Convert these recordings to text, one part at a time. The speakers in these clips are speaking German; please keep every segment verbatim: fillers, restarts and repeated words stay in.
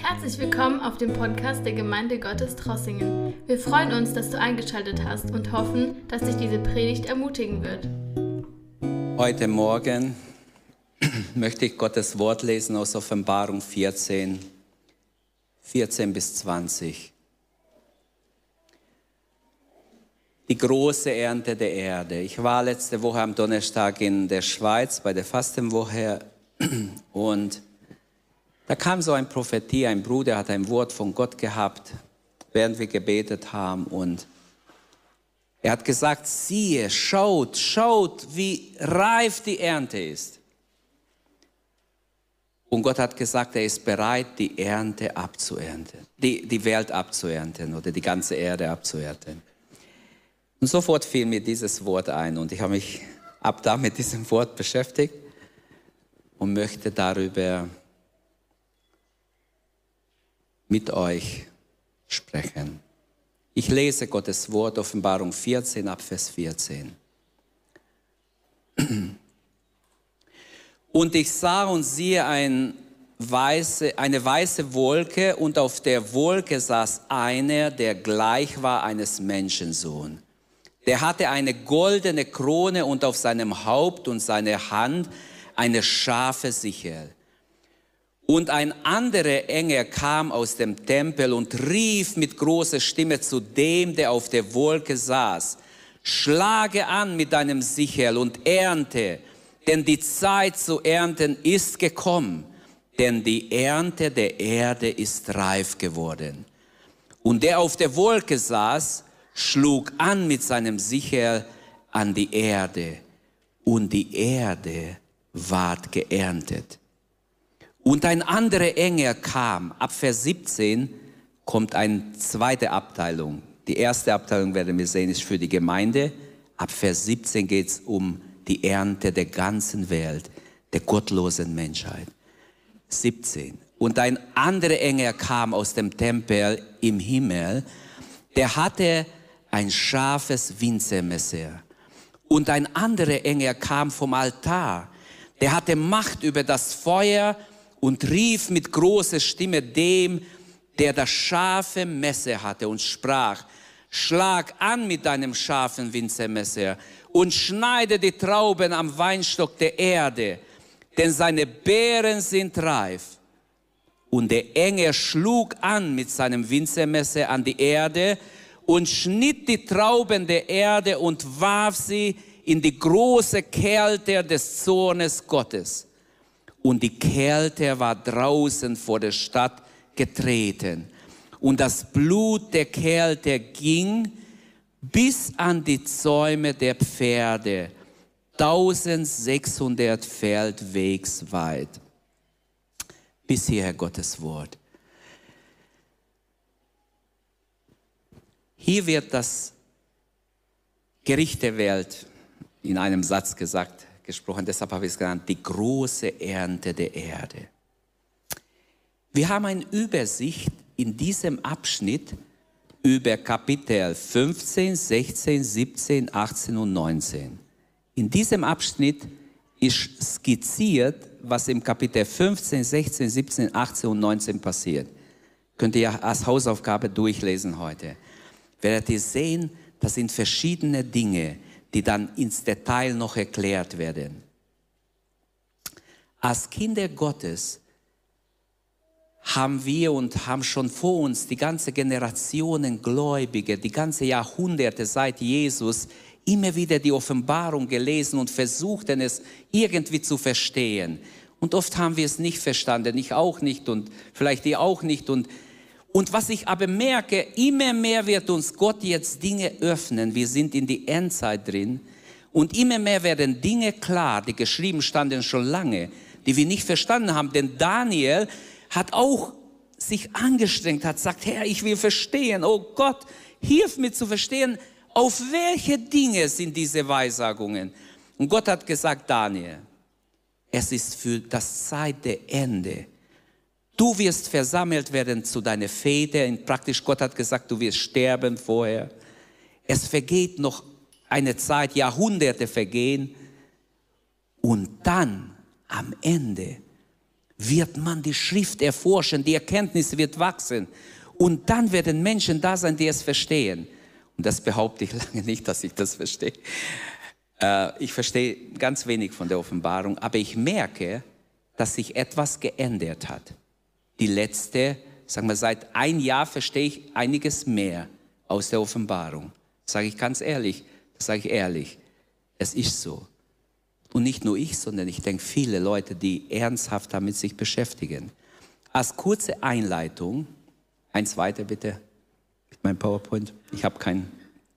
Herzlich willkommen auf dem Podcast der Gemeinde Gottes Trossingen. Wir freuen uns, dass du eingeschaltet hast und hoffen, dass dich diese Predigt ermutigen wird. Heute Morgen möchte ich Gottes Wort lesen aus Offenbarung vierzehn, vierzehn bis zwanzig. Die große Ernte der Erde. Ich war letzte Woche am Donnerstag in der Schweiz bei der Fastenwoche und da kam so eine Prophetie, ein Bruder hat ein Wort von Gott gehabt, während wir gebetet haben. Und er hat gesagt, siehe, schaut, schaut, wie reif die Ernte ist. Und Gott hat gesagt, er ist bereit, die Ernte abzuernten, die, die Welt abzuernten oder die ganze Erde abzuernten. Und sofort fiel mir dieses Wort ein und ich habe mich ab da mit diesem Wort beschäftigt und möchte darüber mit euch sprechen. Ich lese Gottes Wort, Offenbarung vierzehn, ab Vers vierzehn. Und ich sah und siehe ein weiße, eine weiße Wolke, und auf der Wolke saß einer, der gleich war eines Menschensohn. Der hatte eine goldene Krone und auf seinem Haupt und seine Hand eine scharfe Sichel. Und ein anderer Engel kam aus dem Tempel und rief mit großer Stimme zu dem, der auf der Wolke saß: Schlage an mit deinem Sichel und ernte, denn die Zeit zu ernten ist gekommen, denn die Ernte der Erde ist reif geworden. Und der auf der Wolke saß, schlug an mit seinem Sichel an die Erde, und die Erde ward geerntet. Und ein anderer Engel kam. Ab Vers siebzehn kommt eine zweite Abteilung. Die erste Abteilung, werden wir sehen, ist für die Gemeinde. Ab Vers siebzehn geht es um die Ernte der ganzen Welt, der gottlosen Menschheit. siebzehn. Und ein anderer Engel kam aus dem Tempel im Himmel. Der hatte ein scharfes Winzermesser. Und ein anderer Engel kam vom Altar. Der hatte Macht über das Feuer und rief mit großer Stimme dem, der das scharfe Messer hatte, und sprach: Schlag an mit deinem scharfen Winzermesser und schneide die Trauben am Weinstock der Erde, denn seine Beeren sind reif. Und der Engel schlug an mit seinem Winzermesser an die Erde und schnitt die Trauben der Erde und warf sie in die große Kälte des Zornes Gottes. Und die Kälte war draußen vor der Stadt getreten. Und das Blut der Kälte ging bis an die Zäume der Pferde, eintausendsechshundert Feldwegs weit. Bis hierher Gottes Wort. Hier wird das Gericht der Welt in einem Satz gesagt, gesprochen, deshalb habe ich es genannt, die große Ernte der Erde. Wir haben eine Übersicht in diesem Abschnitt über Kapitel fünfzehn, sechzehn, siebzehn, achtzehn und neunzehn. In diesem Abschnitt ist skizziert, was im Kapitel fünfzehn, sechzehn, siebzehn, achtzehn und neunzehn passiert. Könnt ihr ja als Hausaufgabe durchlesen heute. Werdet ihr sehen, das sind verschiedene Dinge, die dann ins Detail noch erklärt werden. Als Kinder Gottes haben wir und haben schon vor uns die ganze Generationen Gläubige, die ganze Jahrhunderte seit Jesus immer wieder die Offenbarung gelesen und versuchten es irgendwie zu verstehen. Und oft haben wir es nicht verstanden, ich auch nicht und vielleicht ihr auch nicht. Und Und was ich aber merke, immer mehr wird uns Gott jetzt Dinge öffnen. Wir sind in die Endzeit drin. Und immer mehr werden Dinge klar, die geschrieben standen schon lange, die wir nicht verstanden haben. Denn Daniel hat auch sich angestrengt, hat gesagt, Herr, ich will verstehen. Oh Gott, hilf mir zu verstehen, auf welche Dinge sind diese Weissagungen. Und Gott hat gesagt, Daniel, es ist für das Zeit der Ende. Du wirst versammelt werden zu deinen Vätern. Praktisch Gott hat gesagt, du wirst sterben vorher. Es vergeht noch eine Zeit, Jahrhunderte vergehen. Und dann am Ende wird man die Schrift erforschen, die Erkenntnis wird wachsen. Und dann werden Menschen da sein, die es verstehen. Und das behaupte ich lange nicht, dass ich das verstehe. Äh, ich verstehe ganz wenig von der Offenbarung, aber ich merke, dass sich etwas geändert hat. Die letzte, sagen wir, seit ein Jahr verstehe ich einiges mehr aus der Offenbarung. Das sage ich ganz ehrlich, das sage ich ehrlich. Es ist so. Und nicht nur ich, sondern ich denke viele Leute, die ernsthaft damit sich beschäftigen. Als kurze Einleitung, eins weiter bitte, mit meinem PowerPoint, ich habe keinen.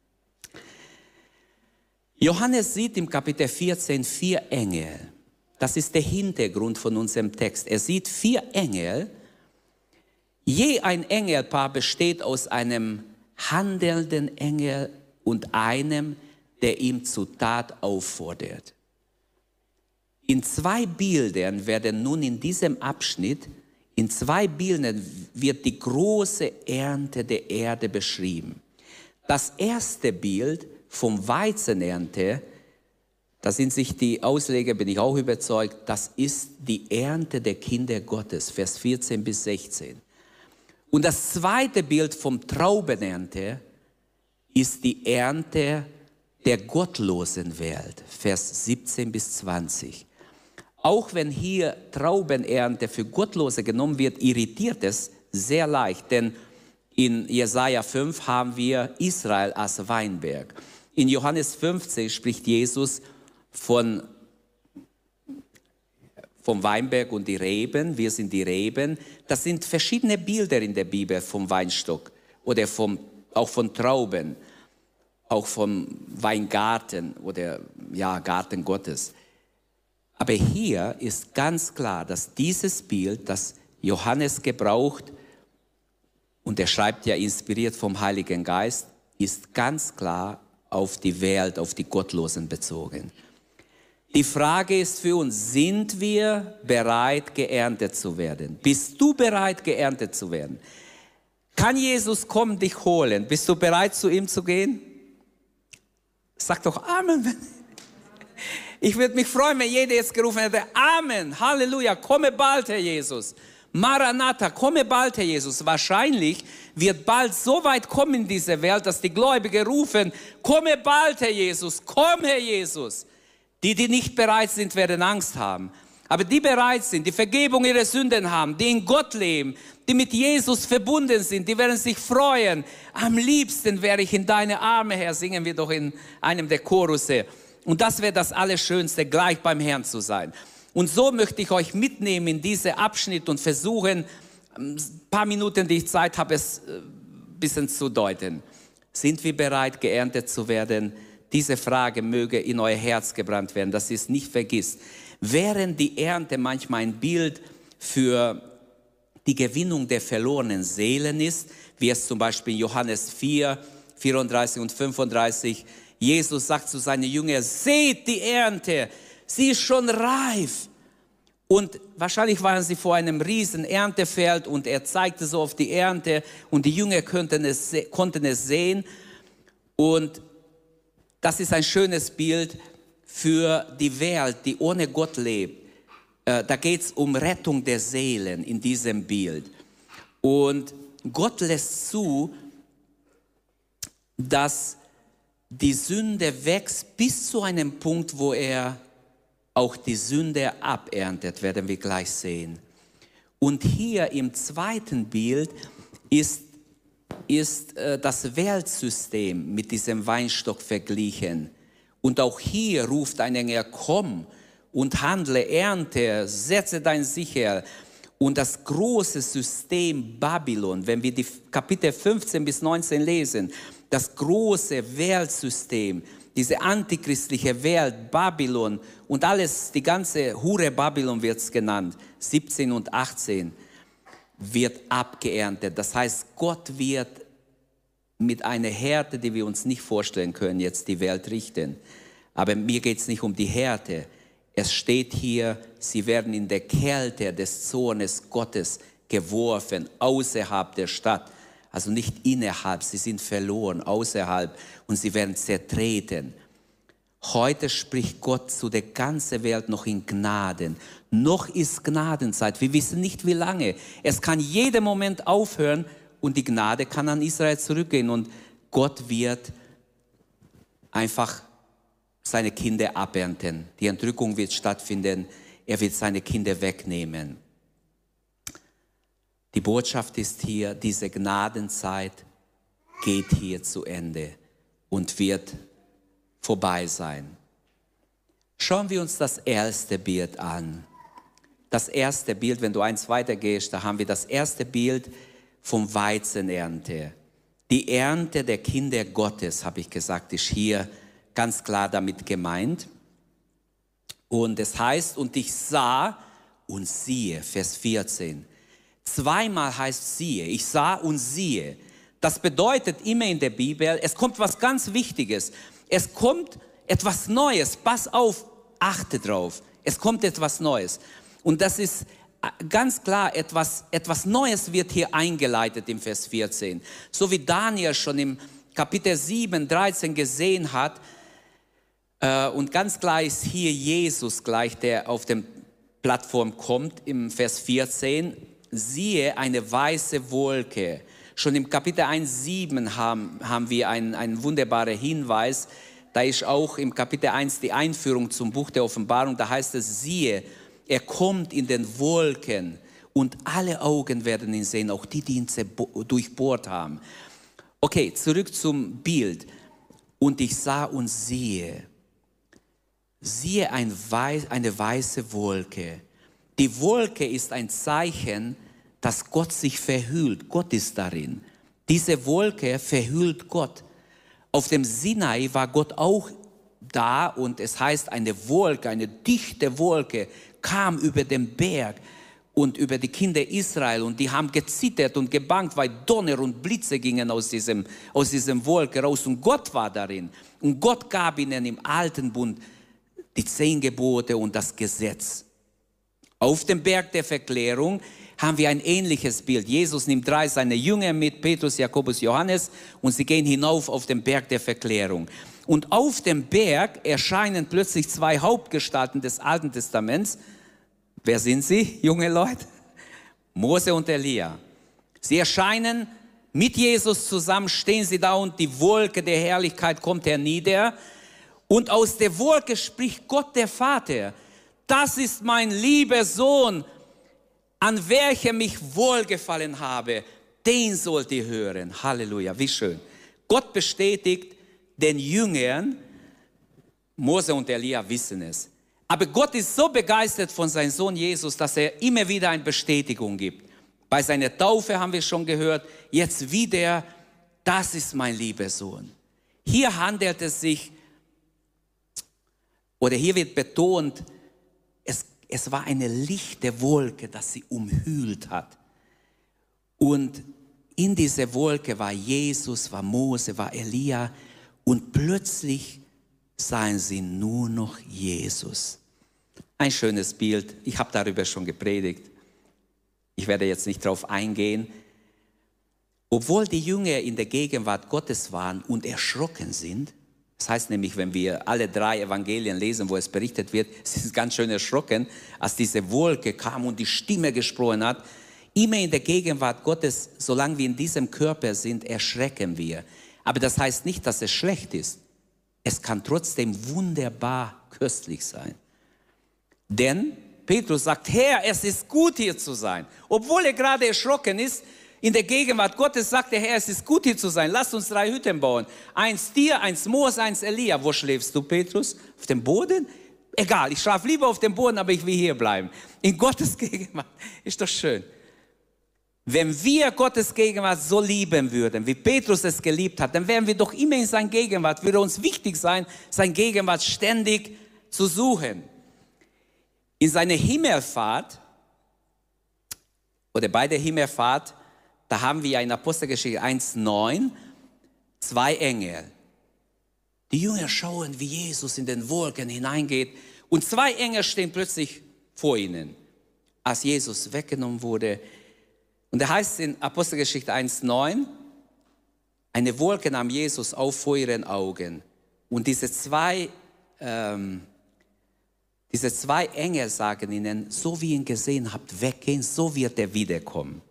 Johannes sieht im Kapitel vierzehn vier Engel. Das ist der Hintergrund von unserem Text. Er sieht vier Engel. Je ein Engelpaar besteht aus einem handelnden Engel und einem, der ihm zur Tat auffordert. In zwei Bildern werden nun in diesem Abschnitt, in zwei Bildern wird die große Ernte der Erde beschrieben. Das erste Bild vom Weizenernte, da sind sich die Ausleger, bin ich auch überzeugt, das ist die Ernte der Kinder Gottes, Vers vierzehn bis sechzehn. Und das zweite Bild vom Traubenernte ist die Ernte der gottlosen Welt, Vers siebzehn bis zwanzig. Auch wenn hier Traubenernte für Gottlose genommen wird, irritiert es sehr leicht, denn in Jesaja fünf haben wir Israel als Weinberg. In Johannes fünfzehn spricht Jesus von, vom Weinberg und die Reben, wir sind die Reben. Das sind verschiedene Bilder in der Bibel vom Weinstock oder vom, auch von Trauben, auch vom Weingarten oder ja, Garten Gottes. Aber hier ist ganz klar, dass dieses Bild, das Johannes gebraucht, und er schreibt ja inspiriert vom Heiligen Geist, ist ganz klar auf die Welt, auf die Gottlosen bezogen. Die Frage ist für uns, sind wir bereit, geerntet zu werden? Bist du bereit, geerntet zu werden? Kann Jesus kommen, dich holen? Bist du bereit, zu ihm zu gehen? Sag doch Amen. Ich würde mich freuen, wenn jeder jetzt gerufen hätte, Amen, Halleluja, komme bald, Herr Jesus. Maranatha, komme bald, Herr Jesus. Wahrscheinlich wird bald so weit kommen in diese Welt, dass die Gläubigen rufen, komme bald, Herr Jesus, komm, Herr Jesus. Die, die nicht bereit sind, werden Angst haben. Aber die bereit sind, die Vergebung ihrer Sünden haben, die in Gott leben, die mit Jesus verbunden sind, die werden sich freuen. Am liebsten wäre ich in deine Arme, Herr, singen wir doch in einem der Chorusse. Und das wäre das Allerschönste, gleich beim Herrn zu sein. Und so möchte ich euch mitnehmen in diesen Abschnitt und versuchen, ein paar Minuten, die ich Zeit habe, es ein bisschen zu deuten. Sind wir bereit, geerntet zu werden? Diese Frage möge in euer Herz gebrannt werden, dass ihr es nicht vergisst. Während die Ernte manchmal ein Bild für die Gewinnung der verlorenen Seelen ist, wie es zum Beispiel in Johannes vier, vierunddreißig und fünfunddreißig, Jesus sagt zu seinen Jüngern, seht die Ernte, sie ist schon reif. Und wahrscheinlich waren sie vor einem riesen Erntefeld und er zeigte so auf die Ernte und die Jünger konnten es, konnten es sehen. Und das ist ein schönes Bild für die Welt, die ohne Gott lebt. Äh, da geht es um Rettung der Seelen in diesem Bild. Und Gott lässt zu, dass die Sünde wächst bis zu einem Punkt, wo er auch die Sünde aberntet, werden wir gleich sehen. Und hier im zweiten Bild ist, ist äh, das Weltsystem mit diesem Weinstock verglichen. Und auch hier ruft ein Engel, komm und handle, ernte, setze dein Sichel. Und das große System Babylon, wenn wir die Kapitel fünfzehn bis neunzehn lesen, das große Weltsystem, diese antichristliche Welt, Babylon und alles, die ganze Hure Babylon wird es genannt, siebzehn und achtzehn, wird abgeerntet. Das heißt, Gott wird mit einer Härte, die wir uns nicht vorstellen können, jetzt die Welt richten. Aber mir geht es nicht um die Härte. Es steht hier, sie werden in der Kälte des Zornes Gottes geworfen, außerhalb der Stadt. Also nicht innerhalb, sie sind verloren, außerhalb und sie werden zertreten. Heute spricht Gott zu der ganzen Welt noch in Gnaden. Noch ist Gnadenzeit. Wir wissen nicht, wie lange. Es kann jeden Moment aufhören und die Gnade kann an Israel zurückgehen. Und Gott wird einfach seine Kinder abernten. Die Entrückung wird stattfinden. Er wird seine Kinder wegnehmen. Die Botschaft ist hier, diese Gnadenzeit geht hier zu Ende und wird vorbei sein. Schauen wir uns das erste Bild an. Das erste Bild, wenn du eins weitergehst, da haben wir das erste Bild vom Weizenernte. Die Ernte der Kinder Gottes, habe ich gesagt, ist hier ganz klar damit gemeint. Und es heißt, und ich sah und siehe, Vers vierzehn. Zweimal heißt siehe, ich sah und siehe. Das bedeutet immer in der Bibel, es kommt was ganz Wichtiges. Es kommt etwas Neues. Pass auf, achte drauf. Es kommt etwas Neues. Und das ist ganz klar, etwas, etwas Neues wird hier eingeleitet im Vers vierzehn. So wie Daniel schon im Kapitel sieben, dreizehn gesehen hat. Äh, und ganz klar ist hier Jesus gleich, der auf der Plattform kommt im Vers vierzehn. Siehe eine weiße Wolke. Schon im Kapitel eins, sieben haben, haben wir einen, einen wunderbaren Hinweis. Da ist auch im Kapitel eins die Einführung zum Buch der Offenbarung. Da heißt es, siehe, er kommt in den Wolken und alle Augen werden ihn sehen, auch die, die ihn durchbohrt haben. Okay, zurück zum Bild. Und ich sah und siehe, siehe ein Weiß, eine weiße Wolke. Die Wolke ist ein Zeichen, dass Gott sich verhüllt. Gott ist darin. Diese Wolke verhüllt Gott. Auf dem Sinai war Gott auch da und es heißt, eine Wolke, eine dichte Wolke kam über den Berg und über die Kinder Israel und die haben gezittert und gebangt, weil Donner und Blitze gingen aus diesem, aus diesem Wolke raus und Gott war darin. Und Gott gab ihnen im Alten Bund die zehn Gebote und das Gesetz. Auf dem Berg der Verklärung haben wir ein ähnliches Bild. Jesus nimmt drei seiner Jünger mit, Petrus, Jakobus, Johannes, und sie gehen hinauf auf den Berg der Verklärung. Und auf dem Berg erscheinen plötzlich zwei Hauptgestalten des Alten Testaments. Wer sind sie, junge Leute? Mose und Elia. Sie erscheinen mit Jesus zusammen, stehen sie da und die Wolke der Herrlichkeit kommt hernieder. Und aus der Wolke spricht Gott der Vater. Das ist mein lieber Sohn, an welchem ich wohlgefallen habe. Den sollt ihr hören. Halleluja, wie schön. Gott bestätigt den Jüngern, Mose und Elia wissen es. Aber Gott ist so begeistert von seinem Sohn Jesus, dass er immer wieder eine Bestätigung gibt. Bei seiner Taufe haben wir schon gehört, jetzt wieder, das ist mein lieber Sohn. Hier handelt es sich, oder hier wird betont, es, es war eine lichte Wolke, das sie umhüllt hat. Und in dieser Wolke war Jesus, war Mose, war Elia und plötzlich sahen sie nur noch Jesus. Ein schönes Bild, ich habe darüber schon gepredigt. Ich werde jetzt nicht darauf eingehen. Obwohl die Jünger in der Gegenwart Gottes waren und erschrocken sind, das heißt nämlich, wenn wir alle drei Evangelien lesen, wo es berichtet wird, sie sind ganz schön erschrocken, als diese Wolke kam und die Stimme gesprochen hat. Immer in der Gegenwart Gottes, solange wir in diesem Körper sind, erschrecken wir. Aber das heißt nicht, dass es schlecht ist. Es kann trotzdem wunderbar köstlich sein. Denn Petrus sagt, Herr, es ist gut hier zu sein. Obwohl er gerade erschrocken ist, in der Gegenwart Gottes sagt der Herr, es ist gut hier zu sein. Lass uns drei Hütten bauen. Eins dir, eins Mose, eins Elia. Wo schläfst du, Petrus? Auf dem Boden? Egal, ich schlafe lieber auf dem Boden, aber ich will hier bleiben. In Gottes Gegenwart. Ist doch schön. Wenn wir Gottes Gegenwart so lieben würden, wie Petrus es geliebt hat, dann wären wir doch immer in seiner Gegenwart. Würde uns wichtig sein, seine Gegenwart ständig zu suchen. In seiner Himmelfahrt, oder bei der Himmelfahrt, da haben wir in Apostelgeschichte eins neun zwei Engel. Die Jünger schauen, wie Jesus in den Wolken hineingeht und zwei Engel stehen plötzlich vor ihnen, als Jesus weggenommen wurde. Und da heißt es in Apostelgeschichte eins neun, eine Wolke nahm Jesus auf vor ihren Augen. Und diese zwei ähm, diese zwei Engel sagen ihnen, so wie ihr ihn gesehen habt, weggehen, so wird er wiederkommen.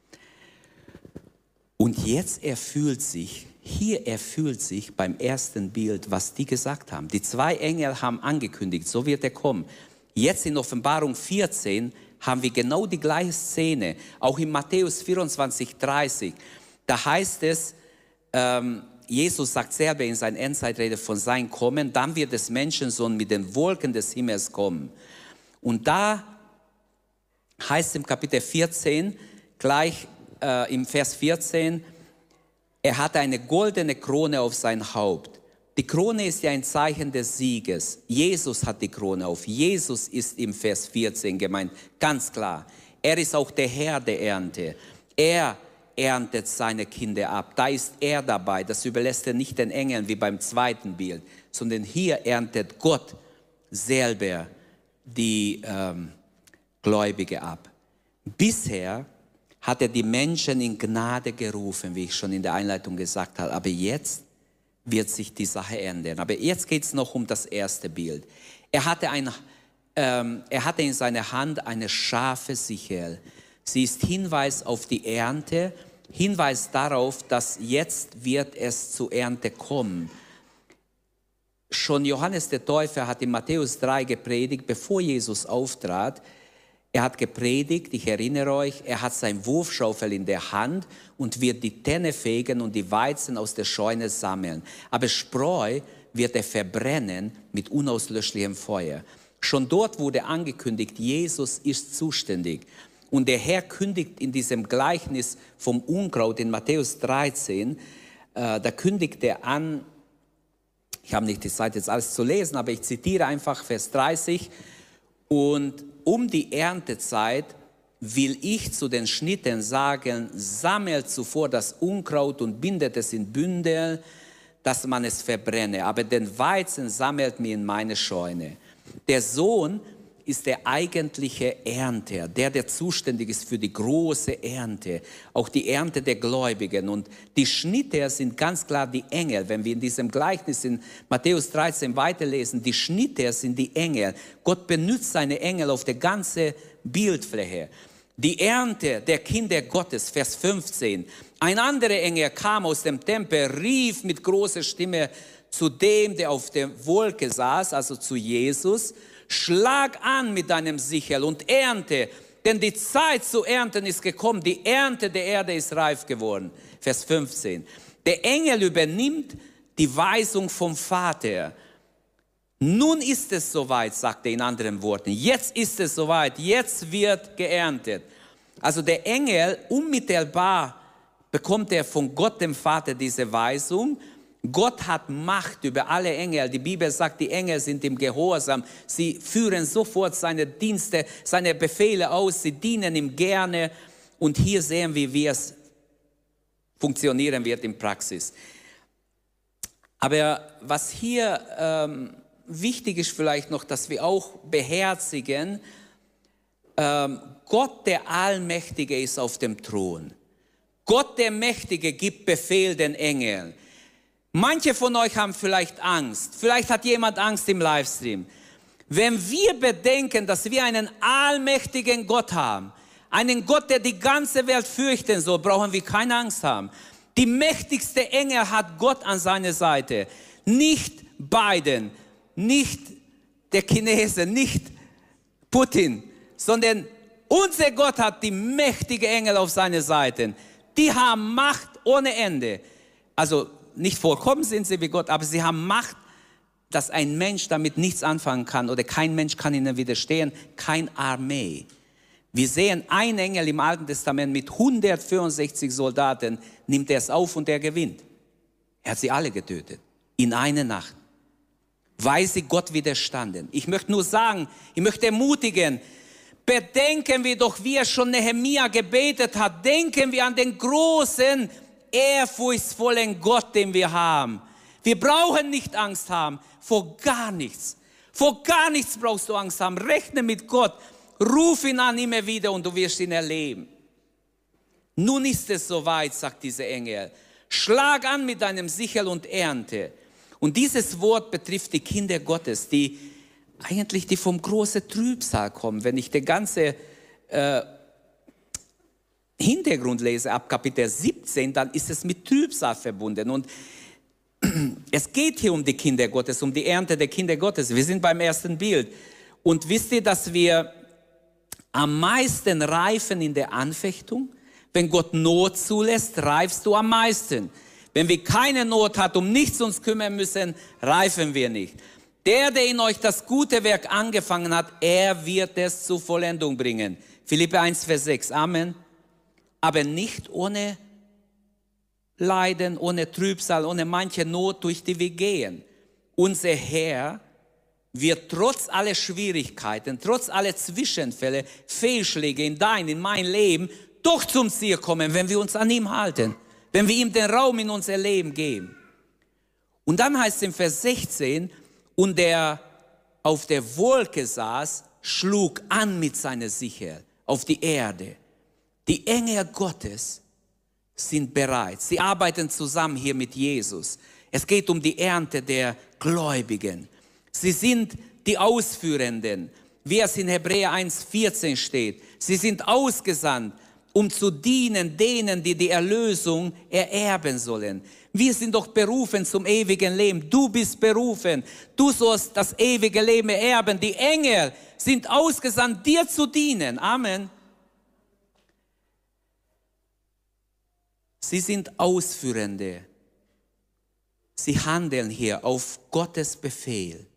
Und jetzt erfüllt sich, hier erfüllt sich beim ersten Bild, was die gesagt haben. Die zwei Engel haben angekündigt, so wird er kommen. Jetzt in Offenbarung vierzehn haben wir genau die gleiche Szene, auch in Matthäus vierundzwanzig, dreißig. Da heißt es, ähm, Jesus sagt selber in seiner Endzeitrede von sein Kommen, dann wird des Menschensohn mit den Wolken des Himmels kommen. Und da heißt im Kapitel vierzehn, gleich äh, im Vers vierzehn, er hatte eine goldene Krone auf sein Haupt. Die Krone ist ja ein Zeichen des Sieges. Jesus hat die Krone auf. Jesus ist im Vers vierzehn gemeint, ganz klar. Er ist auch der Herr der Ernte. Er erntet seine Kinder ab. Da ist er dabei. Das überlässt er nicht den Engeln wie beim zweiten Bild, sondern hier erntet Gott selber die ähm, Gläubige ab. Bisher hat er die Menschen in Gnade gerufen, wie ich schon in der Einleitung gesagt habe. Aber jetzt wird sich die Sache ändern. Aber jetzt geht es noch um das erste Bild. Er hatte, ein, ähm, er hatte in seiner Hand eine scharfe Sichel. Sie ist Hinweis auf die Ernte, Hinweis darauf, dass jetzt wird es zur Ernte kommen. Schon Johannes der Täufer hat in Matthäus drei gepredigt, bevor Jesus auftrat. Er hat gepredigt, ich erinnere euch, er hat sein Wurfschaufel in der Hand und wird die Tenne fegen und die Weizen aus der Scheune sammeln. Aber Spreu wird er verbrennen mit unauslöschlichem Feuer. Schon dort wurde angekündigt, Jesus ist zuständig. Und der Herr kündigt in diesem Gleichnis vom Unkraut in Matthäus dreizehn, äh, da kündigt er an, ich habe nicht die Zeit jetzt alles zu lesen, aber ich zitiere einfach Vers dreißig, und um die Erntezeit will ich zu den Schnitten sagen, sammelt zuvor das Unkraut und bindet es in Bündel, dass man es verbrenne. Aber den Weizen sammelt mir in meine Scheune. Der Sohn ist der eigentliche Ernter, der, der zuständig ist für die große Ernte, auch die Ernte der Gläubigen. Und die Schnitter sind ganz klar die Engel. Wenn wir in diesem Gleichnis in Matthäus dreizehn weiterlesen, die Schnitter sind die Engel. Gott benutzt seine Engel auf der ganzen Bildfläche. Die Ernte der Kinder Gottes, Vers fünfzehn. Ein anderer Engel kam aus dem Tempel, rief mit großer Stimme zu dem, der auf der Wolke saß, also zu Jesus, schlag an mit deinem Sichel und ernte, denn die Zeit zu ernten ist gekommen. Die Ernte der Erde ist reif geworden. Vers fünfzehn. Der Engel übernimmt die Weisung vom Vater. Nun ist es soweit, sagt er in anderen Worten. Jetzt ist es soweit, jetzt wird geerntet. Also der Engel, unmittelbar bekommt er von Gott, dem Vater, diese Weisung. Gott hat Macht über alle Engel. Die Bibel sagt, die Engel sind im Gehorsam. Sie führen sofort seine Dienste, seine Befehle aus. Sie dienen ihm gerne. Und hier sehen wir, wie es funktionieren wird in Praxis. Aber was hier ähm, wichtig ist vielleicht noch, dass wir auch beherzigen, ähm, Gott der Allmächtige ist auf dem Thron. Gott der Mächtige gibt Befehl den Engeln. Manche von euch haben vielleicht Angst. Vielleicht hat jemand Angst im Livestream. Wenn wir bedenken, dass wir einen allmächtigen Gott haben, einen Gott, der die ganze Welt fürchten soll, brauchen wir keine Angst haben. Die mächtigste Engel hat Gott an seiner Seite. Nicht Biden, nicht der Chinese, nicht Putin, sondern unser Gott hat die mächtigen Engel auf seiner Seite. Die haben Macht ohne Ende. Also nicht vollkommen sind sie wie Gott, aber sie haben Macht, dass ein Mensch damit nichts anfangen kann oder kein Mensch kann ihnen widerstehen, kein Armee. Wir sehen, ein Engel im Alten Testament mit hundertfünfundsechzig Soldaten, nimmt er es auf und er gewinnt. Er hat sie alle getötet, in einer Nacht, weil sie Gott widerstanden. Ich möchte nur sagen, ich möchte ermutigen, bedenken wir doch, wie er schon Nehemia gebetet hat, denken wir an den großen, ehrfurchtsvollen Gott, den wir haben. Wir brauchen nicht Angst haben vor gar nichts. Vor gar nichts brauchst du Angst haben. Rechne mit Gott. Ruf ihn an immer wieder und du wirst ihn erleben. Nun ist es soweit, sagt dieser Engel. Schlag an mit deinem Sichel und ernte. Und dieses Wort betrifft die Kinder Gottes, die eigentlich die vom großen Trübsal kommen. Wenn ich den ganzen äh, Hintergrund lese, ab Kapitel siebzehn, dann ist es mit Trübsal verbunden. Und es geht hier um die Kinder Gottes, um die Ernte der Kinder Gottes. Wir sind beim ersten Bild. Und wisst ihr, dass wir am meisten reifen in der Anfechtung? Wenn Gott Not zulässt, reifst du am meisten. Wenn wir keine Not hat, um nichts uns kümmern müssen, reifen wir nicht. Der, der in euch das gute Werk angefangen hat, er wird es zur Vollendung bringen. Philipper eins, Vers sechs. Amen. Aber nicht ohne Leiden, ohne Trübsal, ohne manche Not, durch die wir gehen. Unser Herr wird trotz aller Schwierigkeiten, trotz aller Zwischenfälle, Fehlschläge in dein, in mein Leben, doch zum Ziel kommen, wenn wir uns an ihm halten, wenn wir ihm den Raum in unser Leben geben. Und dann heißt es im Vers sechzehn, und der auf der Wolke saß, schlug an mit seiner Sichel auf die Erde. Die Engel Gottes sind bereit. Sie arbeiten zusammen hier mit Jesus. Es geht um die Ernte der Gläubigen. Sie sind die Ausführenden, wie es in Hebräer eins, vierzehn steht. Sie sind ausgesandt, um zu dienen denen, die die Erlösung ererben sollen. Wir sind doch berufen zum ewigen Leben. Du bist berufen. Du sollst das ewige Leben ererben. Die Engel sind ausgesandt, dir zu dienen. Amen. Sie sind Ausführende. Sie handeln hier auf Gottes Befehl.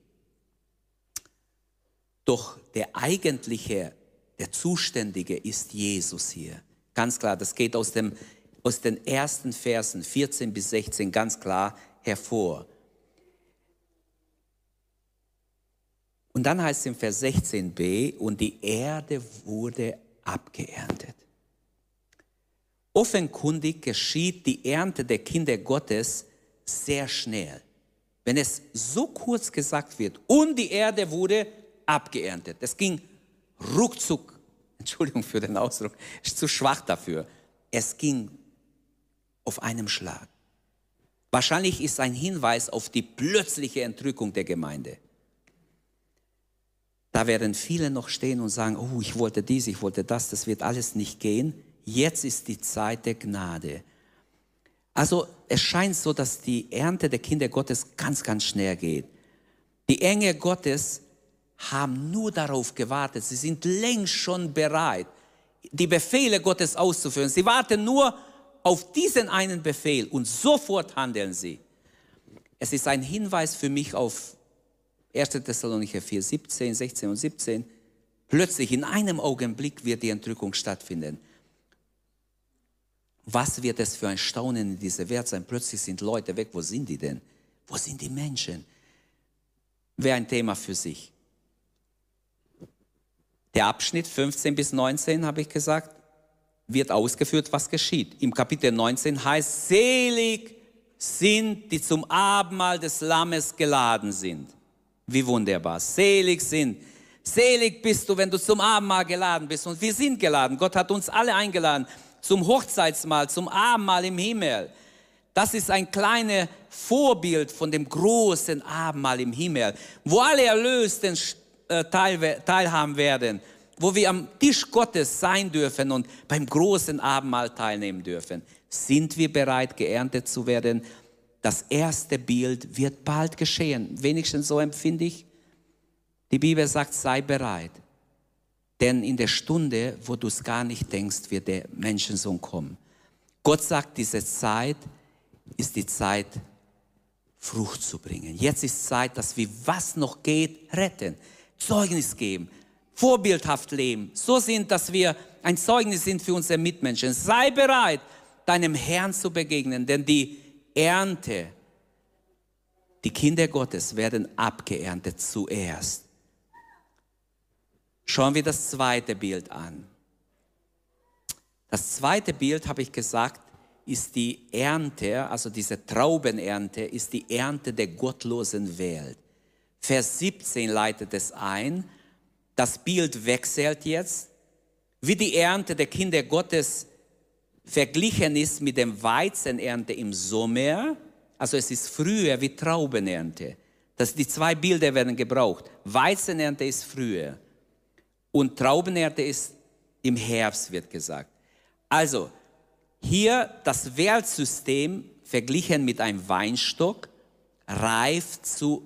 Doch der eigentliche, der Zuständige ist Jesus hier. Ganz klar, das geht aus, dem, aus den ersten Versen vierzehn bis sechzehn ganz klar hervor. Und dann heißt es im Vers sechzehn b, und die Erde wurde abgeerntet. Offenkundig geschieht die Ernte der Kinder Gottes sehr schnell. Wenn es so kurz gesagt wird, und die Erde wurde abgeerntet. Das ging ruckzuck. Entschuldigung für den Ausdruck, ist zu schwach dafür. Es ging auf einem Schlag. Wahrscheinlich ist ein Hinweis auf die plötzliche Entrückung der Gemeinde. Da werden viele noch stehen und sagen, oh, ich wollte dies, ich wollte das, das wird alles nicht gehen. Jetzt ist die Zeit der Gnade. Also es scheint so, dass die Ernte der Kinder Gottes ganz, ganz schnell geht. Die Engel Gottes haben nur darauf gewartet. Sie sind längst schon bereit, die Befehle Gottes auszuführen. Sie warten nur auf diesen einen Befehl und sofort handeln sie. Es ist ein Hinweis für mich auf erster Thessalonicher vier, siebzehn, sechzehn und siebzehn. Plötzlich in einem Augenblick wird die Entrückung stattfinden. Was wird es für ein Staunen in dieser Welt sein? Plötzlich sind Leute weg. Wo sind die denn? Wo sind die Menschen? Wäre ein Thema für sich. Der Abschnitt fünfzehn bis neunzehn, habe ich gesagt, wird ausgeführt, was geschieht. Im Kapitel neunzehn heißt, selig sind, die zum Abendmahl des Lammes geladen sind. Wie wunderbar. Selig sind. Selig bist du, wenn du zum Abendmahl geladen bist. Und wir sind geladen. Gott hat uns alle eingeladen zum Hochzeitsmahl, zum Abendmahl im Himmel. Das ist ein kleines Vorbild von dem großen Abendmahl im Himmel, wo alle Erlösten teil, teilhaben werden, wo wir am Tisch Gottes sein dürfen und beim großen Abendmahl teilnehmen dürfen. Sind wir bereit, geerntet zu werden? Das erste Bild wird bald geschehen. Wenigstens so empfinde ich. Die Bibel sagt, sei bereit. Denn in der Stunde, wo du es gar nicht denkst, wird der Menschensohn kommen. Gott sagt, diese Zeit ist die Zeit, Frucht zu bringen. Jetzt ist Zeit, dass wir, was noch geht, retten, Zeugnis geben, vorbildhaft leben. So sind, dass wir ein Zeugnis sind für unsere Mitmenschen. Sei bereit, deinem Herrn zu begegnen, denn die Ernte, die Kinder Gottes werden abgeerntet zuerst. Schauen wir das zweite Bild an. Das zweite Bild, habe ich gesagt, ist die Ernte, also diese Traubenernte, ist die Ernte der gottlosen Welt. Vers siebzehn leitet es ein. Das Bild wechselt jetzt, wie die Ernte der Kinder Gottes verglichen ist mit dem Weizenernte im Sommer. Also es ist früher wie Traubenernte. Das, die zwei Bilder werden gebraucht. Weizenernte ist früher und Traubenernte ist im Herbst, wird gesagt. Also hier das Weltsystem verglichen mit einem Weinstock reift zu,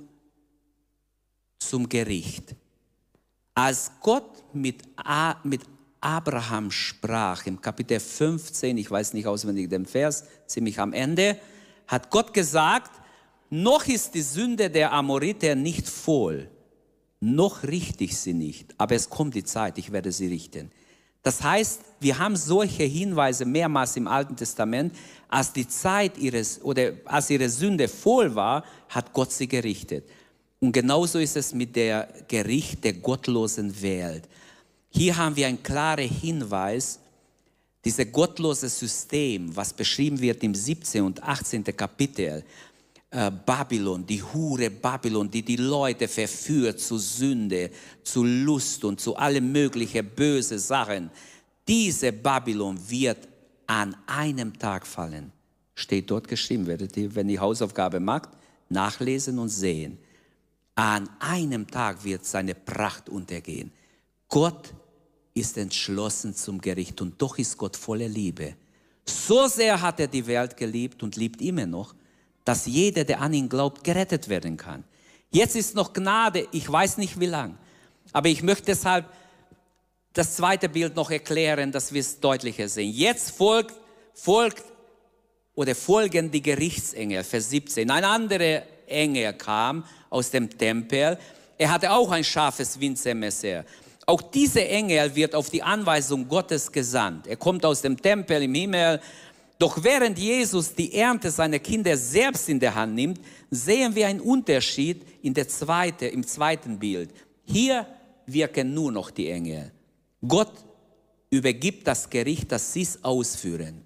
zum Gericht. Als Gott mit, A, mit Abraham sprach, im Kapitel fünfzehn, ich weiß nicht auswendig den Vers, ziemlich am Ende, hat Gott gesagt, noch ist die Sünde der Amoriter nicht voll, noch richte ich sie nicht, aber es kommt die Zeit, ich werde sie richten. Das heißt, wir haben solche Hinweise mehrmals im Alten Testament, als die Zeit ihres, oder als ihre Sünde voll war, hat Gott sie gerichtet. Und genauso ist es mit der Gericht der gottlosen Welt. Hier haben wir einen klaren Hinweis, dieses gottlose System, was beschrieben wird im siebzehnten und achtzehnten Kapitel, äh, Babylon, die Hure Babylon, die die Leute verführt zu Sünde, zu Lust und zu allen möglichen bösen Sachen. Diese Babylon wird an einem Tag fallen. Steht dort geschrieben, werdet ihr, wenn ihr Hausaufgabe macht, nachlesen und sehen. An einem Tag wird seine Pracht untergehen. Gott ist entschlossen zum Gericht und doch ist Gott voller Liebe. So sehr hat er die Welt geliebt und liebt immer noch, dass jeder, der an ihn glaubt, gerettet werden kann. Jetzt ist noch Gnade, ich weiß nicht wie lang, aber ich möchte deshalb das zweite Bild noch erklären, dass wir es deutlicher sehen. Jetzt folgt, folgt oder folgen die Gerichtsengel, Vers siebzehn. Ein anderer Engel kam aus dem Tempel, er hatte auch ein scharfes Winzermesser. Auch dieser Engel wird auf die Anweisung Gottes gesandt. Er kommt aus dem Tempel im Himmel. Doch während Jesus die Ernte seiner Kinder selbst in der Hand nimmt, sehen wir einen Unterschied in der zweite, im zweiten Bild. Hier wirken nur noch die Engel. Gott übergibt das Gericht, dass sie es ausführen.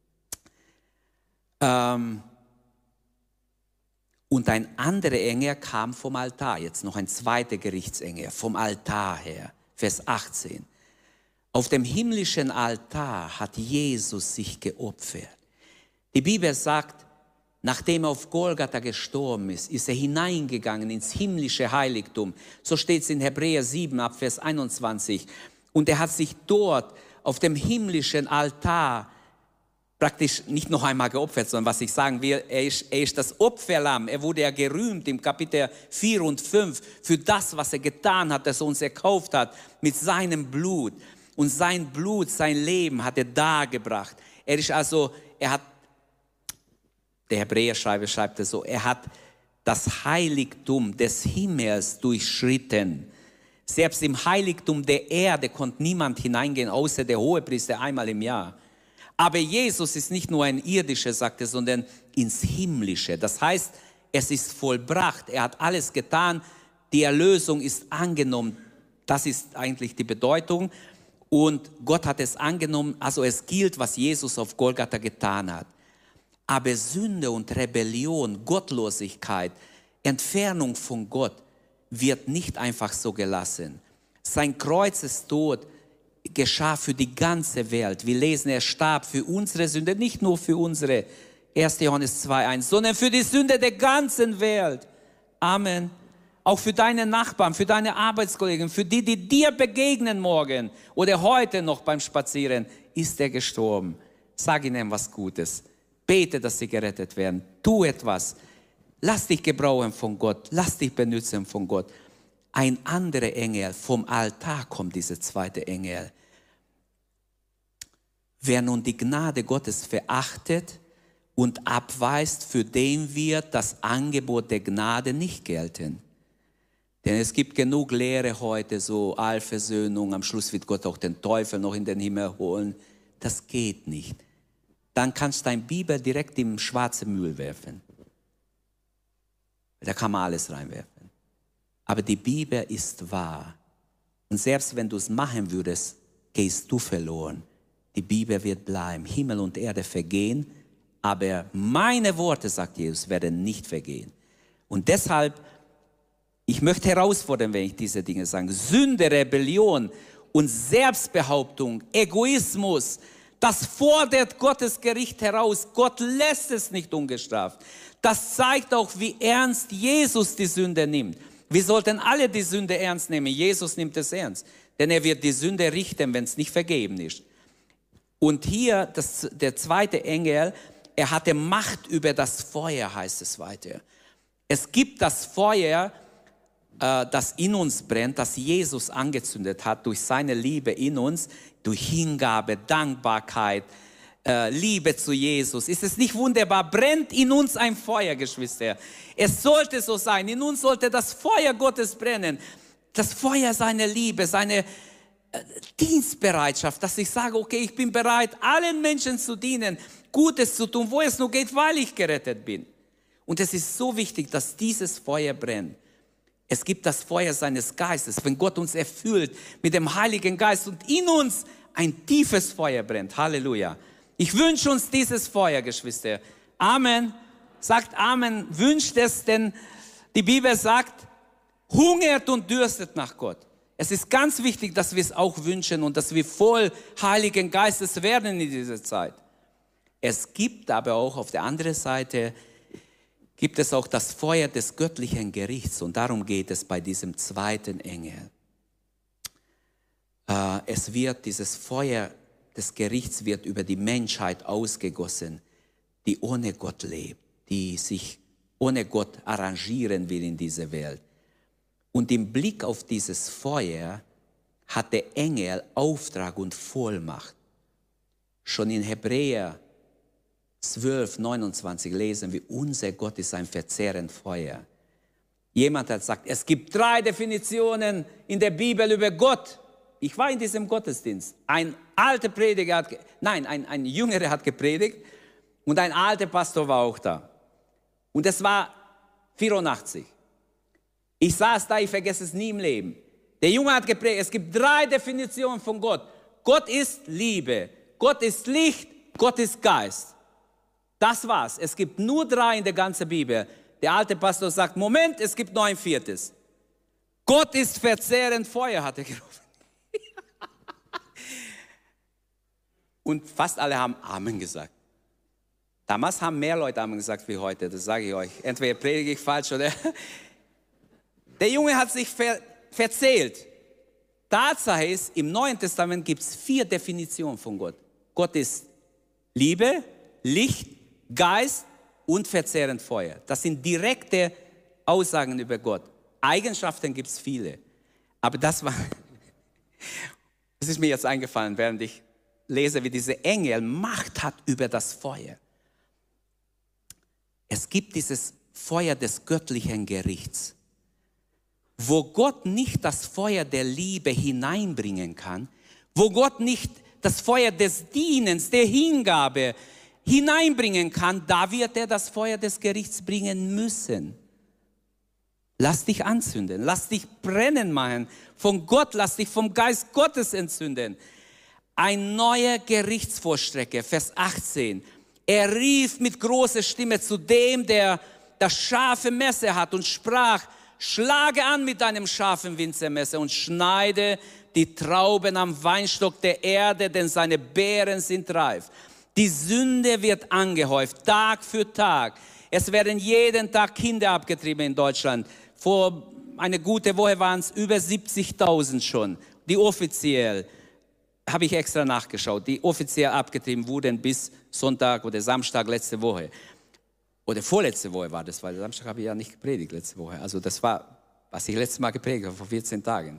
Ähm, und ein anderer Engel kam vom Altar. Jetzt noch ein zweiter Gerichtsengel vom Altar her. Vers achtzehn. Auf dem himmlischen Altar hat Jesus sich geopfert. Die Bibel sagt, nachdem er auf Golgatha gestorben ist, ist er hineingegangen ins himmlische Heiligtum. So steht es in Hebräer sieben, ab Vers einundzwanzig. Und er hat sich dort auf dem himmlischen Altar praktisch nicht noch einmal geopfert, sondern was ich sagen will, er ist, er ist das Opferlamm. Er wurde ja gerühmt im Kapitel vier und fünf für das, was er getan hat, dass er uns erkauft hat mit seinem Blut. Und sein Blut, sein Leben hat er dargebracht. Er ist also, er hat, der Hebräerschreiber schreibt es so, er hat das Heiligtum des Himmels durchschritten. Selbst im Heiligtum der Erde konnte niemand hineingehen, außer der Hohepriester einmal im Jahr. Aber Jesus ist nicht nur ein irdischer, sagt er, sondern ins Himmlische. Das heißt, es ist vollbracht. Er hat alles getan. Die Erlösung ist angenommen. Das ist eigentlich die Bedeutung. Und Gott hat es angenommen. Also es gilt, was Jesus auf Golgatha getan hat. Aber Sünde und Rebellion, Gottlosigkeit, Entfernung von Gott wird nicht einfach so gelassen. Sein Kreuzestod geschah für die ganze Welt. Wir lesen, er starb für unsere Sünde, nicht nur für unsere, erster Johannes zwei eins, sondern für die Sünde der ganzen Welt. Amen. Auch für deine Nachbarn, für deine Arbeitskollegen, für die, die dir begegnen morgen oder heute noch beim Spazieren, ist er gestorben. Sag ihnen was Gutes. Bete, dass sie gerettet werden. Tu etwas. Lass dich gebrauchen von Gott. Lass dich benutzen von Gott. Ein anderer Engel, vom Altar kommt dieser zweite Engel. Wer nun die Gnade Gottes verachtet und abweist, für den wird das Angebot der Gnade nicht gelten. Denn es gibt genug Lehre heute, so Allversöhnung, am Schluss wird Gott auch den Teufel noch in den Himmel holen. Das geht nicht. Dann kannst du dein Bibel direkt im schwarzen Müll werfen. Da kann man alles reinwerfen. Aber die Bibel ist wahr. Und selbst wenn du es machen würdest, gehst du verloren. Die Bibel wird bleiben. Himmel und Erde vergehen, aber meine Worte, sagt Jesus, werden nicht vergehen. Und deshalb, ich möchte herausfordern, wenn ich diese Dinge sage. Sünde, Rebellion und Selbstbehauptung, Egoismus, das fordert Gottes Gericht heraus. Gott lässt es nicht ungestraft. Das zeigt auch, wie ernst Jesus die Sünde nimmt. Wir sollten alle die Sünde ernst nehmen. Jesus nimmt es ernst. Denn er wird die Sünde richten, wenn es nicht vergeben ist. Und hier, das, der zweite Engel, er hatte Macht über das Feuer, heißt es weiter. Es gibt das Feuer, äh, das in uns brennt, das Jesus angezündet hat, durch seine Liebe in uns, durch Hingabe, Dankbarkeit, äh, Liebe zu Jesus. Ist es nicht wunderbar? Brennt in uns ein Feuer, Geschwister. Es sollte so sein. In uns sollte das Feuer Gottes brennen. Das Feuer seiner Liebe, seine äh, Dienstbereitschaft, dass ich sage, okay, ich bin bereit, allen Menschen zu dienen, Gutes zu tun, wo es nur geht, weil ich gerettet bin. Und es ist so wichtig, dass dieses Feuer brennt. Es gibt das Feuer seines Geistes, wenn Gott uns erfüllt mit dem Heiligen Geist und in uns ein tiefes Feuer brennt. Halleluja. Ich wünsche uns dieses Feuer, Geschwister. Amen. Sagt Amen. Wünscht es, denn die Bibel sagt, hungert und dürstet nach Gott. Es ist ganz wichtig, dass wir es auch wünschen und dass wir voll Heiligen Geistes werden in dieser Zeit. Es gibt aber auch auf der anderen Seite, gibt es auch das Feuer des göttlichen Gerichts. Und darum geht es bei diesem zweiten Engel. Äh, es wird, dieses Feuer des Gerichts wird über die Menschheit ausgegossen, die ohne Gott lebt, die sich ohne Gott arrangieren will in dieser Welt. Und im Blick auf dieses Feuer hat der Engel Auftrag und Vollmacht. Schon in Hebräer zwölf, neunundzwanzig lesen wir, unser Gott ist ein verzehrend Feuer. Jemand hat gesagt, es gibt drei Definitionen in der Bibel über Gott. Ich war in diesem Gottesdienst. Ein alter Prediger hat, nein, ein, ein Jüngerer hat gepredigt und ein alter Pastor war auch da. Und es war vierundachtzig. Ich saß da, ich vergesse es nie im Leben. Der Junge hat gepredigt, es gibt drei Definitionen von Gott. Gott ist Liebe, Gott ist Licht, Gott ist Geist. Das war's. Es gibt nur drei in der ganzen Bibel. Der alte Pastor sagt, Moment, es gibt noch ein viertes. Gott ist verzehrend Feuer, hat er gerufen. Und fast alle haben Amen gesagt. Damals haben mehr Leute Amen gesagt wie heute, das sage ich euch. Entweder predige ich falsch oder... Der Junge hat sich ver verzählt. Tatsache ist, im Neuen Testament gibt es vier Definitionen von Gott. Gott ist Liebe, Licht, Geist und verzehrend Feuer. Das sind direkte Aussagen über Gott. Eigenschaften gibt es viele. Aber das war, das ist mir jetzt eingefallen, während ich lese, wie dieser Engel Macht hat über das Feuer. Es gibt dieses Feuer des göttlichen Gerichts, wo Gott nicht das Feuer der Liebe hineinbringen kann, wo Gott nicht das Feuer des Dienens, der Hingabe hineinbringen kann, da wird er das Feuer des Gerichts bringen müssen. Lass dich anzünden, lass dich brennen machen von Gott, lass dich vom Geist Gottes entzünden. Ein neuer Gerichtsvollstrecker, Vers achtzehn. Er rief mit großer Stimme zu dem, der das scharfe Messer hat und sprach, schlage an mit deinem scharfen Winzermesser und schneide die Trauben am Weinstock der Erde, denn seine Beeren sind reif. Die Sünde wird angehäuft, Tag für Tag. Es werden jeden Tag Kinder abgetrieben in Deutschland. Vor einer guten Woche waren es über siebzigtausend schon, die offiziell, habe ich extra nachgeschaut, die offiziell abgetrieben wurden bis Sonntag oder Samstag letzte Woche. Oder vorletzte Woche war das, weil Samstag habe ich ja nicht gepredigt letzte Woche. Also das war, was ich letztes Mal gepredigt habe, vor vierzehn Tagen.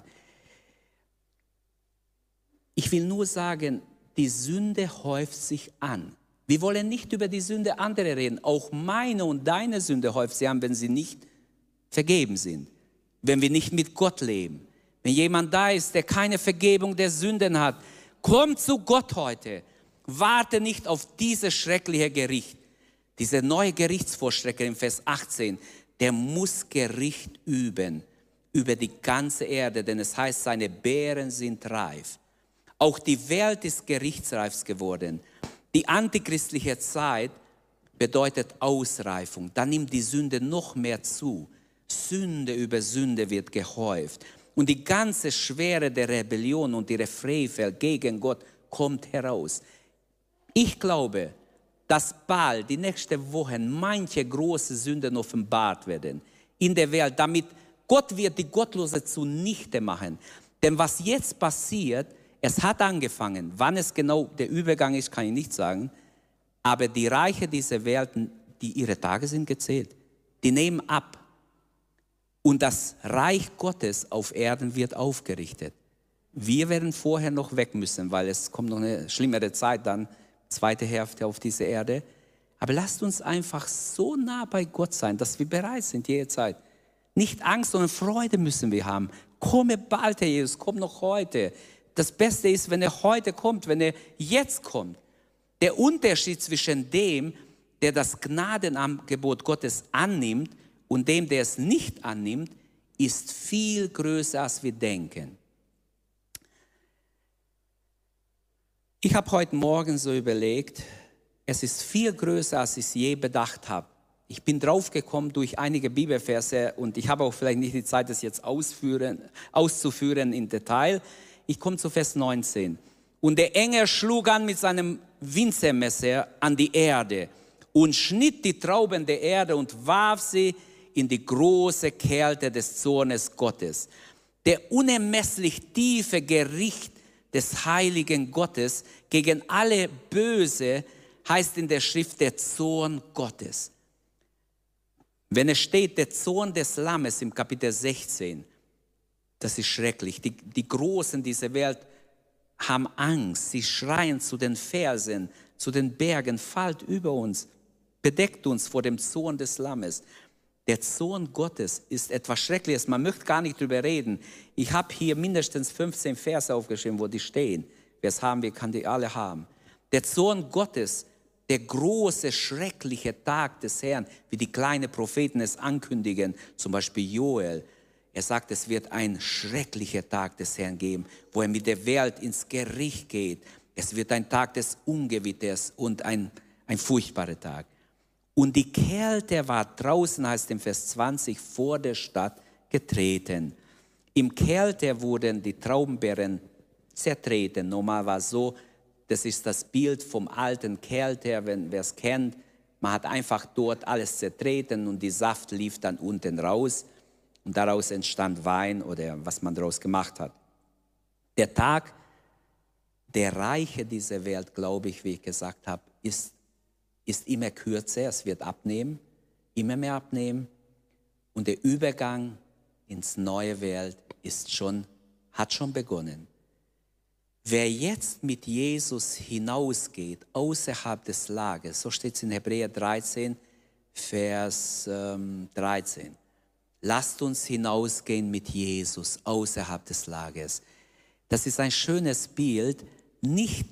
Ich will nur sagen, die Sünde häuft sich an. Wir wollen nicht über die Sünde anderer reden. Auch meine und deine Sünde häuft sich an, wenn sie nicht vergeben sind. Wenn wir nicht mit Gott leben. Wenn jemand da ist, der keine Vergebung der Sünden hat, komm zu Gott heute. Warte nicht auf dieses schreckliche Gericht. Dieser neue Gerichtsvollstrecker im Vers achtzehn, der muss Gericht üben über die ganze Erde, denn es heißt, seine Beeren sind reif. Auch die Welt ist gerichtsreif geworden. Die antichristliche Zeit bedeutet Ausreifung. Da nimmt die Sünde noch mehr zu. Sünde über Sünde wird gehäuft. Und die ganze Schwere der Rebellion und ihre Frevel gegen Gott kommt heraus. Ich glaube, dass bald, die nächsten Wochen, manche große Sünden offenbart werden in der Welt, damit Gott wird die Gottlose zunichte machen. Denn was jetzt passiert, es hat angefangen. Wann es genau der Übergang ist, kann ich nicht sagen. Aber die Reiche dieser Welt, die ihre Tage sind gezählt, die nehmen ab. Und das Reich Gottes auf Erden wird aufgerichtet. Wir werden vorher noch weg müssen, weil es kommt noch eine schlimmere Zeit dann, zweite Hälfte auf diese Erde. Aber lasst uns einfach so nah bei Gott sein, dass wir bereit sind jederzeit. Nicht Angst, sondern Freude müssen wir haben. Komme bald, Herr Jesus, komm noch heute. Das Beste ist, wenn er heute kommt, wenn er jetzt kommt. Der Unterschied zwischen dem, der das Gnadenangebot Gottes annimmt und dem, der es nicht annimmt, ist viel größer, als wir denken. Ich habe heute Morgen so überlegt, es ist viel größer, als ich es je bedacht habe. Ich bin draufgekommen durch einige Bibelverse und ich habe auch vielleicht nicht die Zeit, das jetzt ausführen, auszuführen im Detail. Ich komme zu Vers neunzehn. Und der Engel schlug an mit seinem Winzermesser an die Erde und schnitt die Trauben der Erde und warf sie in die große Kälte des Zornes Gottes. Der unermesslich tiefe Gericht des heiligen Gottes gegen alle Böse heißt in der Schrift der Zorn Gottes. Wenn es steht, der Zorn des Lammes im Kapitel sechzehn, das ist schrecklich. Die, die Großen dieser Welt haben Angst. Sie schreien zu den Felsen, zu den Bergen, fallt über uns, bedeckt uns vor dem Zorn des Lammes. Der Zorn Gottes ist etwas Schreckliches. Man möchte gar nicht drüber reden. Ich habe hier mindestens fünfzehn Verse aufgeschrieben, wo die stehen. Wer es haben will, kann die alle haben. Der Zorn Gottes, der große, schreckliche Tag des Herrn, wie die kleinen Propheten es ankündigen, zum Beispiel Joel. Er sagt, es wird ein schrecklicher Tag des Herrn geben, wo er mit der Welt ins Gericht geht. Es wird ein Tag des Ungewitters und ein, ein furchtbarer Tag. Und die Kälte war draußen, heißt im Vers zwanzig, vor der Stadt getreten. Im Kälte wurden die Traubenbeeren zertreten. Normal war es so, das ist das Bild vom alten Kälte, wenn wer es kennt. Man hat einfach dort alles zertreten und die Saft lief dann unten raus. Und daraus entstand Wein oder was man daraus gemacht hat. Der Tag der Reiche dieser Welt, glaube ich, wie ich gesagt habe, ist, ist immer kürzer. Es wird abnehmen, immer mehr abnehmen. Und der Übergang ins neue Welt ist schon, hat schon begonnen. Wer jetzt mit Jesus hinausgeht, außerhalb des Lagers, so steht es in Hebräer dreizehn, Vers ähm, dreizehn. Lasst uns hinausgehen mit Jesus außerhalb des Lagers. Das ist ein schönes Bild, nicht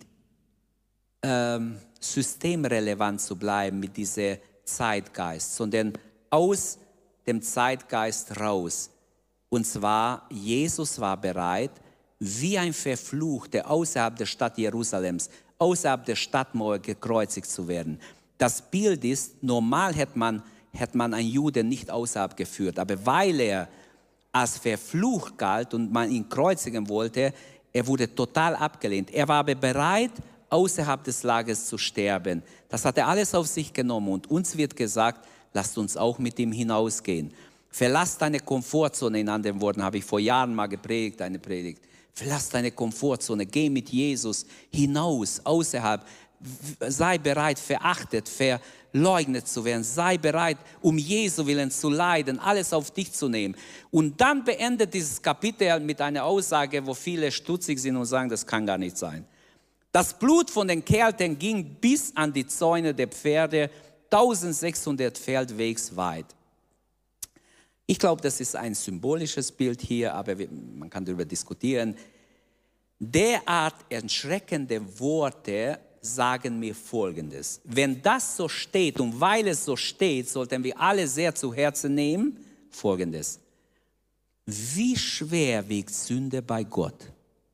ähm, systemrelevant zu bleiben mit diesem Zeitgeist, sondern aus dem Zeitgeist raus. Und zwar, Jesus war bereit, wie ein Verfluchter außerhalb der Stadt Jerusalems, außerhalb der Stadtmauer gekreuzigt zu werden. Das Bild ist, normal hätte man, hätte man einen Juden nicht außerhalb geführt, aber weil er als verflucht galt und man ihn kreuzigen wollte, er wurde total abgelehnt. Er war aber bereit, außerhalb des Lagers zu sterben. Das hat er alles auf sich genommen und uns wird gesagt, lasst uns auch mit ihm hinausgehen. Verlass deine Komfortzone, in anderen Worten habe ich vor Jahren mal gepredigt, eine Predigt. Verlass deine Komfortzone, geh mit Jesus hinaus, außerhalb. Sei bereit, verachtet, verleugnet zu werden. Sei bereit, um Jesu willen zu leiden, alles auf dich zu nehmen. Und dann beendet dieses Kapitel mit einer Aussage, wo viele stutzig sind und sagen, das kann gar nicht sein. Das Blut von den Kältern ging bis an die Zäune der Pferde, eintausendsechshundert Feldwegs weit. Ich glaube, das ist ein symbolisches Bild hier, aber man kann darüber diskutieren. Derart erschreckende Worte sagen mir Folgendes. Wenn das so steht und weil es so steht, sollten wir alle sehr zu Herzen nehmen, Folgendes. Wie schwer wiegt Sünde bei Gott?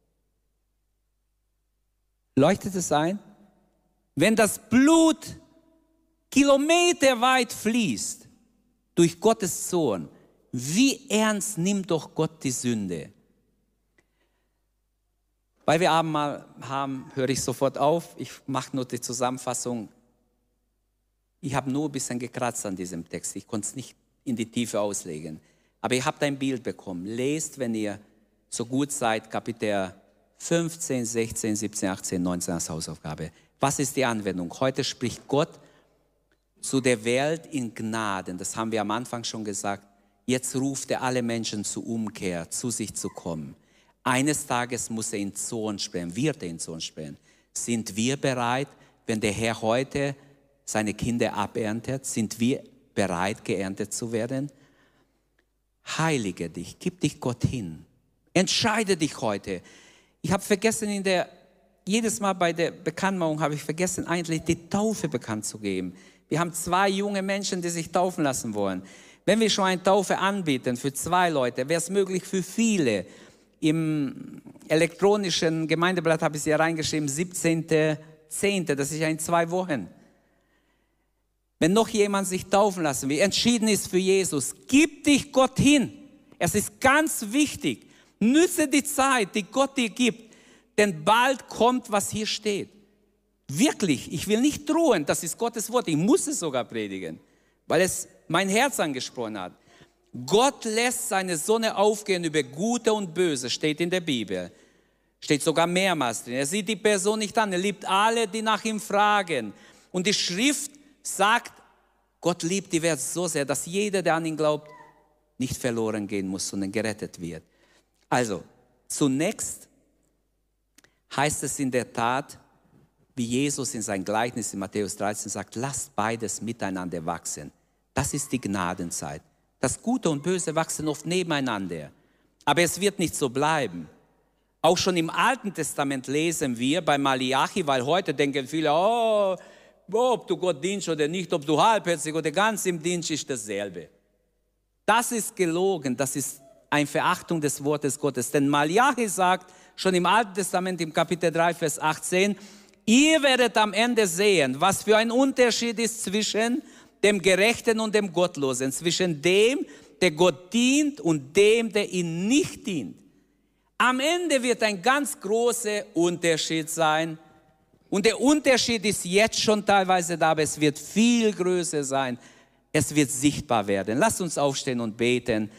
Leuchtet es ein? Wenn das Blut kilometerweit fließt durch Gottes Zorn, wie ernst nimmt doch Gott die Sünde? Weil wir Abendmahl haben, höre ich sofort auf. Ich mache nur die Zusammenfassung. Ich habe nur ein bisschen gekratzt an diesem Text. Ich konnte es nicht in die Tiefe auslegen. Aber ihr habt ein Bild bekommen. Lest, wenn ihr so gut seid, Kapitel fünfzehn, sechzehn, siebzehn, achtzehn, neunzehn als Hausaufgabe. Was ist die Anwendung? Heute spricht Gott zu der Welt in Gnaden. Das haben wir am Anfang schon gesagt. Jetzt ruft er alle Menschen zur Umkehr, zu sich zu kommen. Eines Tages muss er in Zorn sprechen, wird er in Zorn sprechen. Sind wir bereit, wenn der Herr heute seine Kinder aberntet, sind wir bereit, geerntet zu werden? Heilige dich, gib dich Gott hin. Entscheide dich heute. Ich habe vergessen, in der, jedes Mal bei der Bekanntmachung habe ich vergessen, eigentlich die Taufe bekannt zu geben. Wir haben zwei junge Menschen, die sich taufen lassen wollen. Wenn wir schon eine Taufe anbieten für zwei Leute, wäre es möglich für viele. Im elektronischen Gemeindeblatt habe ich sie reingeschrieben, siebzehnten zehnten Das ist ja in zwei Wochen. Wenn noch jemand sich taufen lassen will, entschieden ist für Jesus, gib dich Gott hin. Es ist ganz wichtig. Nütze die Zeit, die Gott dir gibt, denn bald kommt, was hier steht. Wirklich, ich will nicht drohen, das ist Gottes Wort. Ich muss es sogar predigen, weil es mein Herz angesprochen hat. Gott lässt seine Sonne aufgehen über Gute und Böse, steht in der Bibel. Steht sogar mehrmals drin. Er sieht die Person nicht an, er liebt alle, die nach ihm fragen. Und die Schrift sagt, Gott liebt die Welt so sehr, dass jeder, der an ihn glaubt, nicht verloren gehen muss, sondern gerettet wird. Also, zunächst heißt es in der Tat, wie Jesus in sein Gleichnis in Matthäus dreizehn sagt, lasst beides miteinander wachsen. Das ist die Gnadenzeit. Das Gute und Böse wachsen oft nebeneinander. Aber es wird nicht so bleiben. Auch schon im Alten Testament lesen wir bei Malachi, weil heute denken viele, oh, ob du Gott dienst oder nicht, ob du halbherzig oder ganz im Dienst, ist dasselbe. Das ist gelogen, das ist eine Verachtung des Wortes Gottes. Denn Malachi sagt schon im Alten Testament im Kapitel drei, Vers achtzehn, ihr werdet am Ende sehen, was für ein Unterschied ist zwischen dem Gerechten und dem Gottlosen, zwischen dem, der Gott dient und dem, der ihn nicht dient. Am Ende wird ein ganz großer Unterschied sein. Und der Unterschied ist jetzt schon teilweise da, aber es wird viel größer sein. Es wird sichtbar werden. Lasst uns aufstehen und beten.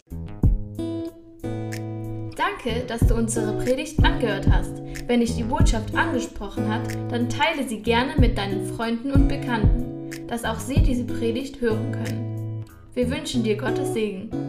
Danke, dass du unsere Predigt angehört hast. Wenn dich die Botschaft angesprochen hat, dann teile sie gerne mit deinen Freunden und Bekannten, dass auch sie diese Predigt hören können. Wir wünschen dir Gottes Segen.